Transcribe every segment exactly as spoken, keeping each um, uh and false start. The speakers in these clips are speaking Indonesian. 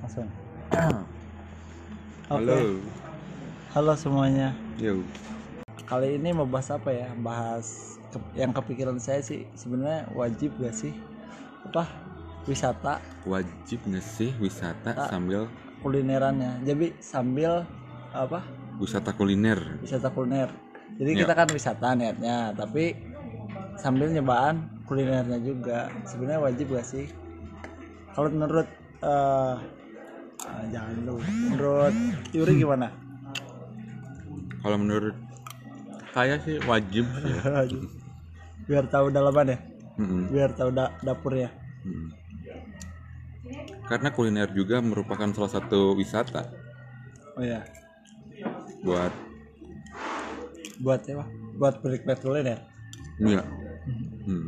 Langsung. Oke. Halo. Halo semuanya. Yo. Kali ini mau bahas apa ya? Bahas ke- yang kepikiran saya sih sebenarnya wajib gak sih apa wisata Wajib nggak sih wisata Ah. sambil kulinerannya. Jadi sambil apa? wisata kuliner? Wisata kuliner. Jadi Ya. kita kan wisata niatnya, tapi sambil nyobaan kulinernya juga. Sebenarnya wajib gak sih? Kalau menurut eh ah, jangan lu. Menurut Yuri gimana? Kalau menurut saya sih wajib sih ya. Biar tahu dalaman ya, Mm-mm. biar tahu da- dapurnya. Mm. Karena kuliner juga merupakan salah satu wisata Oh ya, buat buat apa? Buat penikmat kuliner. iya. Hmm.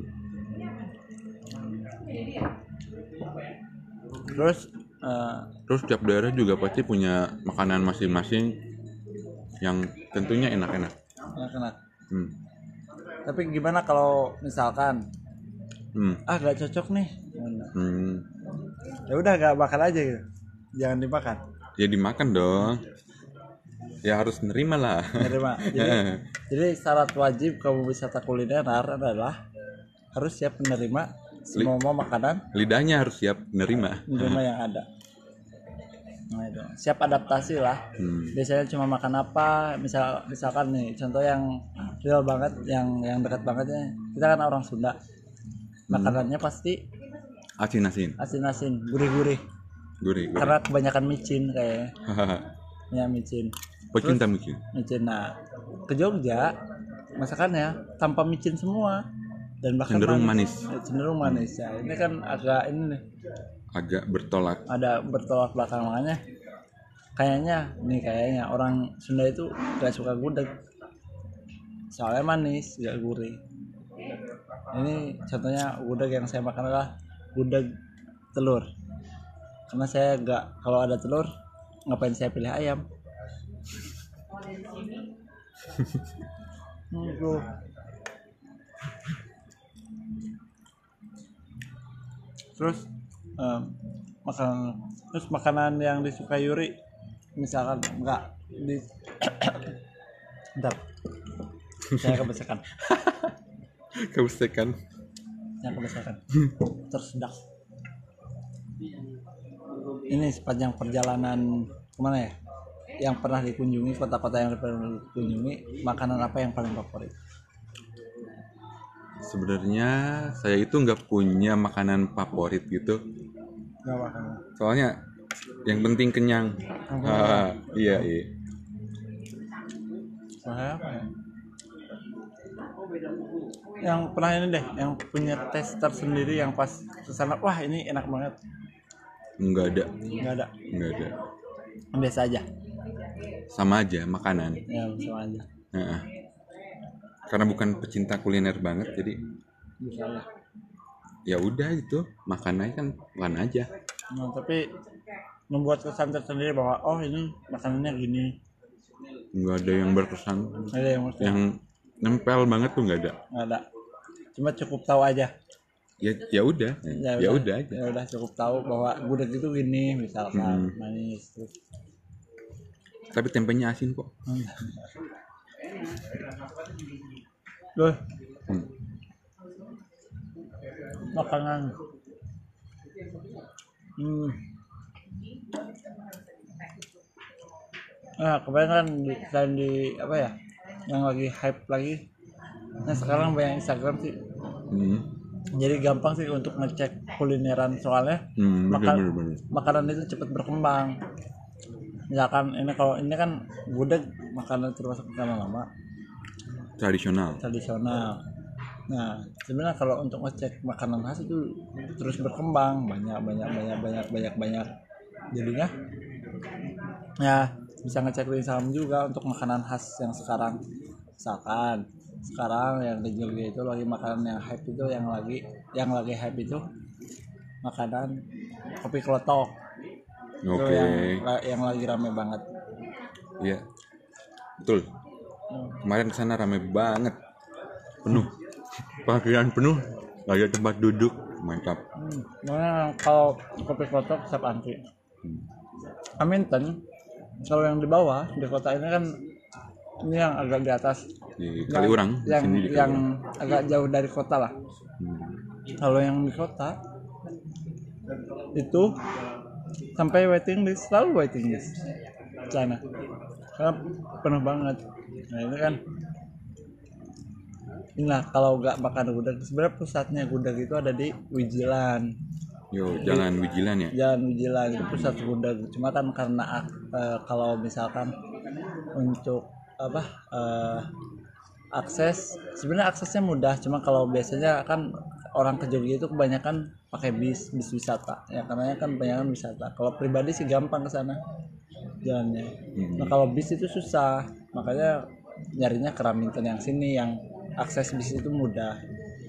Terus eh, Terus tiap daerah juga pasti punya makanan masing-masing yang tentunya enak-enak. enak-enak. Hmm. Tapi gimana kalau misalkan Hmm. ah gak cocok nih, Hmm. ya udah gak makan aja gitu, jangan dimakan. Ya dimakan dong. Ya harus nerima lah. Nerima. Jadi, jadi syarat wajib kamu wisata kuliner adalah harus siap menerima semua makanan Lidahnya harus siap nerima. menerima yang ada. Nah, itu. Siap adaptasi lah. Hmm. Biasanya cuma makan apa, misal misalkan nih contoh yang real banget, yang yang dekat bangetnya, kita kan orang Sunda, makanannya pasti Asin-asin, asin-asin, gurih-gurih, gurih, gurih. karena kebanyakan micin kayaknya. Ya micin, Pecinta micin. micin. Nah ke Jogja masakannya tanpa micin semua dan bahkan Cenderung manis. Eh, cenderung manis ya. Ini kan agak ini nih, Agak bertolak. ada bertolak belakang, makanya kayaknya nih kayaknya orang Sunda itu gak suka gudeg soalnya manis gak gurih. Ini contohnya gudeg yang saya makan adalah gudeg telur, karena saya gak, kalau ada telur ngapain saya pilih ayam. Aduh. Terus em, makanan terus makanan yang disukai Yuri misalkan enggak di bentar, saya kebesakan Kebesekan. saya kebesakan tersedak. Ini sepanjang perjalanan kemana ya yang pernah dikunjungi, kota-kota yang pernah dikunjungi, makanan apa yang paling favorit? Sebenarnya saya itu nggak punya makanan favorit gitu. Gak makanan Soalnya yang penting kenyang. Ah, iya iya. saya apa ya, yang pernah ini deh, yang punya tes tersendiri yang pas kesana wah ini enak banget. Nggak ada, Nggak ada, nggak ada. biasa aja Sama aja makanan. ya, sama aja Heeh. Karena bukan pecinta kuliner banget, jadi bisa aja. ya udah itu makan aja kan, makan aja. Nah, tapi membuat kesan tersendiri bahwa oh ini makanannya gini, Nggak ada yang berkesan, ada yang mesti yang nempel banget tuh nggak ada. nggak ada, cuma cukup tahu aja. Ya ya udah, ya udah aja. ya udah cukup tahu bahwa gudeg itu gini misalkan, Hmm. manis terus. Tapi tempenya asin kok. Duh, Hmm. makanan hmm. Nah kemarin kan di, selain di apa ya yang lagi hype lagi, nah sekarang banyak Instagram sih, Hmm. jadi gampang sih untuk ngecek kulineran soalnya Hmm, bener, makan bener, bener. makanan itu cepat berkembang. Misalkan ini kalau ini kan gudeg makanan termasuk makanan lama Tradisional. tradisional. Nah sebenarnya kalau untuk ngecek makanan khas itu terus berkembang, banyak banyak banyak banyak banyak banyak jadinya ya bisa ngecek di Instagram juga untuk makanan khas yang sekarang. Misalkan sekarang yang di Jogja itu lagi makanan yang hype itu yang lagi yang lagi hype itu makanan kopi klotok. Itu Oke. yang yang lagi rame banget. Iya. Betul. Kemarin kesana rame banget. Penuh. Parkiran penuh. Gak ada tempat duduk. Mantap. Hmm, makanya kalau kopi klotok siap antri. Aminten kalau yang di bawah di kota ini kan ini yang agak di atas Di yang, Kaliurang, di yang, sini di yang Kaliurang. agak jauh dari kota lah. Hmm. Kalau yang di kota itu sampai waiting list, selalu waiting list sana karena penuh banget. Nah ini kan nah kalau nggak makan gudeg, sebenarnya pusatnya gudeg itu ada di Wijilan. Yo, Jalan Wijilan ya. Jalan Wijilan itu pusat gudeg. Cuma kan karena uh, kalau misalkan untuk apa uh, akses, sebenarnya aksesnya mudah. Cuma kalau biasanya kan orang ke Jogja itu kebanyakan pakai bis bis wisata ya, karena kan kebanyakan wisata. Kalau pribadi sih gampang ke sana jalannya. Hmm. Nah kalau bis itu susah, makanya nyarinya ke Raminten yang sini yang akses bis itu mudah.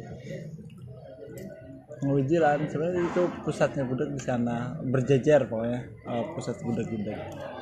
Wijilan sebenarnya itu pusatnya gudeg di sana, berjejer pokoknya uh, pusat gudeg-gudeg.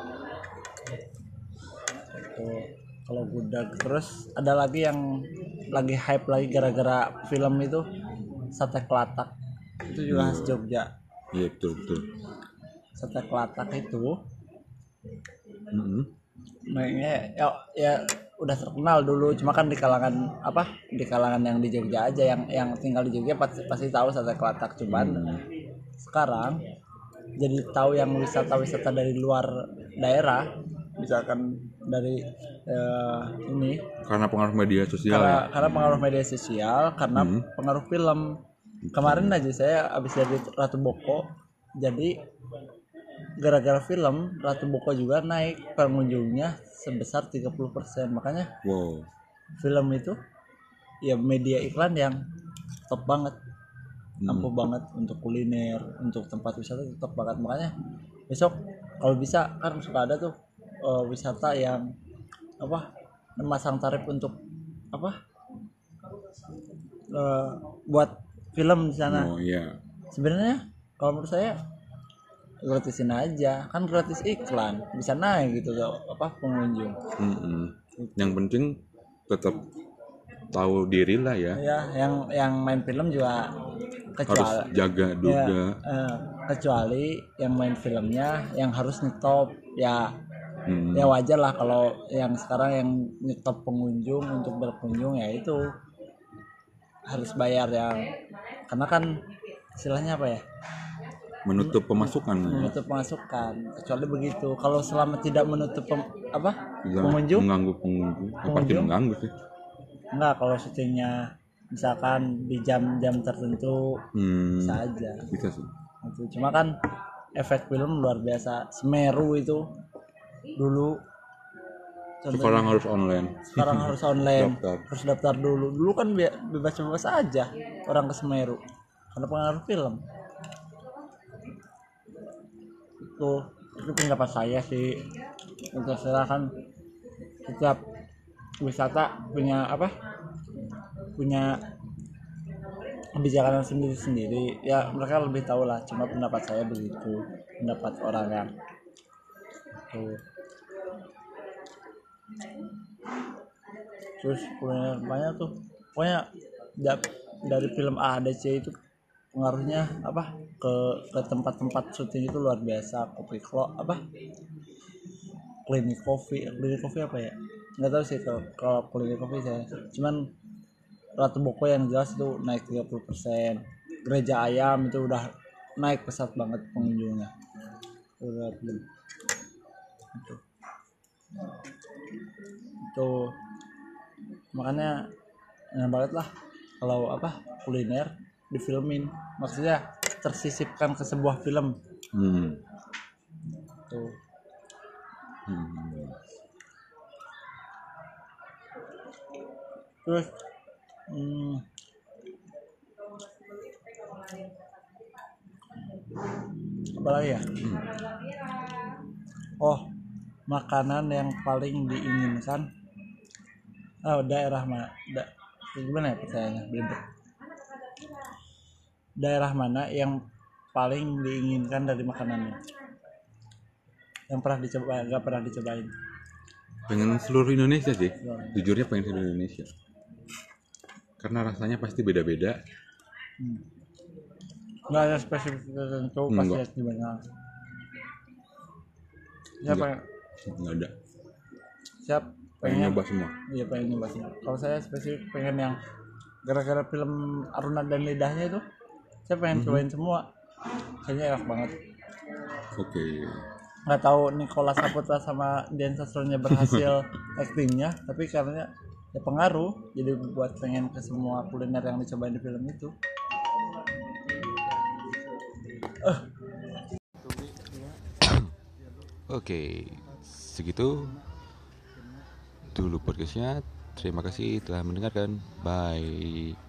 Tuh, kalau gudeg terus ada lagi yang lagi hype lagi gara-gara film itu, sate kelatak. Itu juga khas Jogja. Iya betul betul. Sate kelatak itu Mm-hmm. mainnya ya, ya udah terkenal dulu, cuma kan di kalangan apa di kalangan yang di Jogja aja, yang yang tinggal di Jogja pasti pasti tahu sate kelatak. Cuman hmm. sekarang jadi tahu yang wisata-wisata dari luar daerah, misalkan dari eh, ini karena pengaruh media sosial karena, ya? karena pengaruh media sosial, karena hmm. pengaruh film. Kemarin aja saya habis dari Ratu Boko, jadi gara-gara film Ratu Boko juga naik pengunjungnya sebesar tiga puluh persen. Makanya wow. Film itu ya media iklan yang top banget, hmm. ampuh banget untuk kuliner, untuk tempat wisata top banget. Makanya besok kalau bisa kan suka ada tuh uh, wisata yang apa memasang tarif untuk apa uh, buat film di sana. Oh iya. Sebenarnya kalau menurut saya gratisin aja, kan gratis iklan bisa naik gitu apa pengunjung. Mm-hmm. Yang penting tetap tahu diri lah ya. Ya, yang yang main film juga kecuali harus jaga juga. Ya, eh, kecuali yang main filmnya yang harus nyetop ya. Hmm. Ya wajar lah kalau yang sekarang yang nyetop pengunjung untuk berkunjung ya itu harus bayar yang, karena kan istilahnya apa ya? Menutup pemasukan. Menutup ya? Pemasukan. Kecuali begitu. Kalau selama tidak menutup pem, apa? Tidak pengunjung? Mengganggu pengunjung. Apa pasti mengganggu sih? Enggak, kalau syutingnya misalkan di jam-jam tertentu hmm, bisa aja. Bisa sih. Itu cuma kan efek film luar biasa. Semeru itu dulu. Sekarang harus online. Sekarang harus online. Daftar. Harus daftar dulu. Dulu kan bebas-bebas aja orang ke Semeru. Karena pengaruh film. Itu itu pendapat saya sih. Untuk saya kan setiap wisata punya apa? Punya kebijakan sendiri-sendiri. Ya mereka lebih tahu lah. Cuma pendapat saya begitu. Pendapat orang yang tuh. Terus kuliner banyak tuh. Pokoknya dari film A D C itu pengaruhnya apa ke ke tempat-tempat syuting itu luar biasa. Kopi klo apa klinik kopi klinik kopi apa ya nggak tahu sih kalau kalau klinik kopi saya, cuman Ratu Boko yang jelas itu naik tiga puluh persen. Gereja Ayam itu udah naik pesat banget pengunjungnya, udah belum itu itu makanya enak banget lah kalau apa kuliner difilmin, maksudnya tersisipkan ke sebuah film. hmm. Tuh. Hmm. Terus hmm, apa lagi ya? hmm. Oh, makanan yang paling diinginkan oh daerah mana? Da- gimana ya pertanyaannya? Beda. Daerah mana yang paling diinginkan dari makanannya? Yang pernah dicoba, nggak pernah dicobain? Pengen seluruh Indonesia sih. Seluruh. Jujurnya pengen seluruh Indonesia. Karena rasanya pasti beda-beda. Hmm. Nggak ada spesifik tertentu, pasti di mana. Siapa Enggak. yang Nggak ada. siap Pengen pengen nyoba semua. iya pengen nyoba semua. Kalau saya spesifik pengen yang gara-gara film Aruna dan Lidahnya itu saya pengen Mhm. cobain semua, kayaknya enak banget. Oke. Nggak tahu Nicholas Saputra sama Dian Sastronya berhasil aktingnya, tapi karena ya pengaruh jadi buat pengen ke semua kuliner yang dicobain di film itu. Oke, segitu dulu podcastnya. Terima kasih telah mendengarkan. Bye.